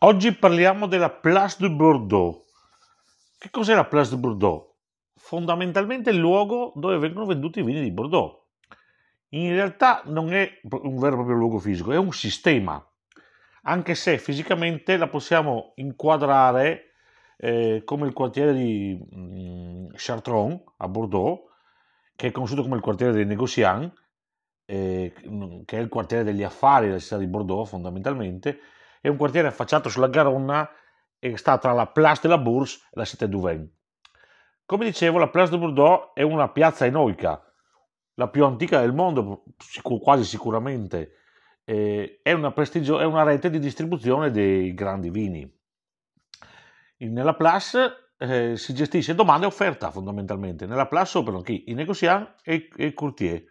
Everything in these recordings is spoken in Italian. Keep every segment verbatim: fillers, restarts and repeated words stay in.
Oggi parliamo della Place de Bordeaux. Che cos'è la Place de Bordeaux? Fondamentalmente è il luogo dove vengono venduti i vini di Bordeaux. In realtà non è un vero e proprio luogo fisico, è un sistema, anche se fisicamente la possiamo inquadrare eh, come il quartiere di mm, Chartron a Bordeaux, che è conosciuto come il quartiere dei negoziants, eh, che è il quartiere degli affari della città di Bordeaux fondamentalmente. È un quartiere affacciato sulla Garonna e sta tra la Place de la Bourse e la Cité d'Ouvain. Come dicevo, la Place de Bordeaux è una piazza enoica, la più antica del mondo, quasi sicuramente. Eh, è, una prestigio- è una rete di distribuzione dei grandi vini. In- nella Place eh, si gestisce domanda e offerta fondamentalmente. Nella Place operano chi? I negoziant e i, e i courtier.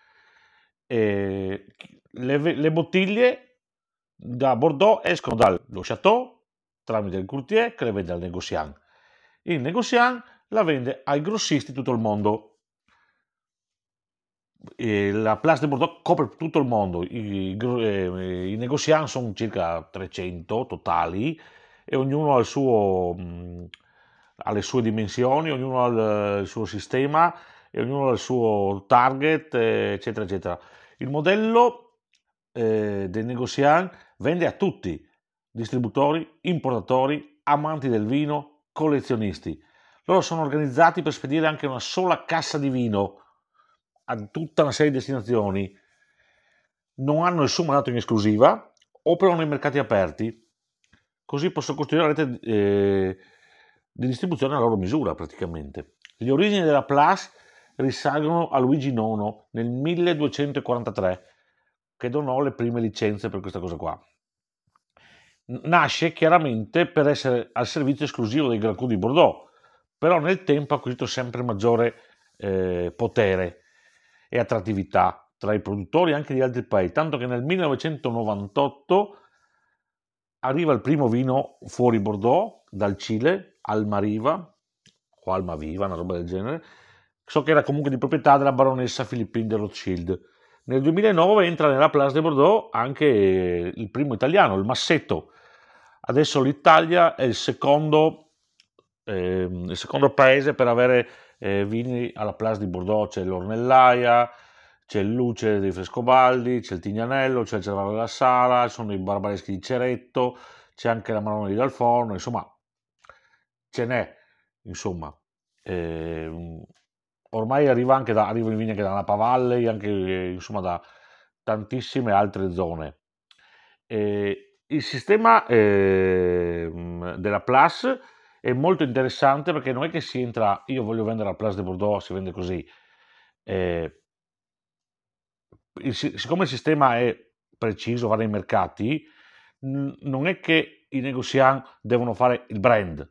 Eh, le, le bottiglie da Bordeaux escono dallo Château tramite il courtier che le vende al negoziant. Il negoziant la vende ai grossisti tutto il mondo. E la Place de Bordeaux copre tutto il mondo, i, gro- eh, i negoziant sono circa trecento totali e ognuno ha, il suo, mh, ha le sue dimensioni, ognuno ha il, il suo sistema e ognuno ha il suo target, eh, eccetera, eccetera. Il modello eh, dei negoziant vende a tutti, distributori, importatori, amanti del vino, collezionisti. Loro sono organizzati per spedire anche una sola cassa di vino a tutta una serie di destinazioni, non hanno nessun mandato in esclusiva, operano nei mercati aperti, così possono costruire una rete eh, di distribuzione a loro misura praticamente. Le origini della Place risalgono a Luigi nono nel milleduecentoquarantatré, che donò le prime licenze per questa cosa qua. Nasce chiaramente per essere al servizio esclusivo dei Gran Cru di Bordeaux, però nel tempo ha acquisito sempre maggiore eh, potere e attrattività tra i produttori anche di altri paesi, tanto che nel millenovecentonovantotto arriva il primo vino fuori Bordeaux dal Cile, Almariva o Almaviva, una roba del genere. So che era comunque di proprietà della baronessa Philippine de Rothschild. Nel duemilanove entra nella Place de Bordeaux anche il primo italiano, il Massetto. Adesso l'Italia è il secondo, eh, il secondo paese per avere eh, vini alla Place di Bordeaux. C'è l'Ornellaia, c'è il Luce di Frescobaldi, c'è il Tignanello, c'è il Cervaro della Sala, ci sono i Barbareschi di Ceretto, c'è anche la Marone di Dal Forno, insomma, ce n'è, insomma. Eh, ormai arriva anche da, arrivano i vini anche da Napa Valley, anche eh, insomma da tantissime altre zone. Eh, il sistema eh, della Plus è molto interessante perché non è che si entra, io voglio vendere la Place de Bordeaux, si vende così. Eh, il si- siccome il sistema è preciso, va nei mercati, n- non è che i negoziant devono fare il brand.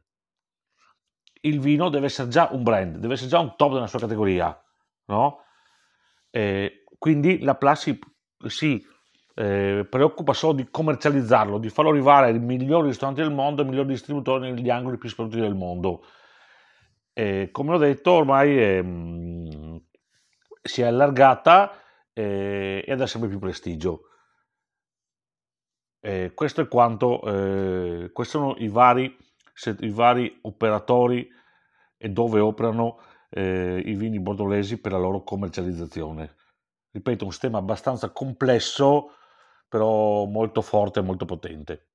Il vino deve essere già un brand, deve essere già un top della sua categoria, no? Eh, quindi la Plus si, si, eh, preoccupa solo di commercializzarlo, di farlo arrivare ai migliori ristoranti del mondo, ai migliori distributori negli angoli più sperduti del mondo. Eh, come ho detto, ormai ehm, si è allargata eh, e ha sempre più prestigio. Eh, questo è quanto, eh, questi sono i vari, se- i vari operatori e dove operano eh, i vini bordolesi per la loro commercializzazione. Ripeto, un sistema abbastanza complesso, però molto forte e molto potente.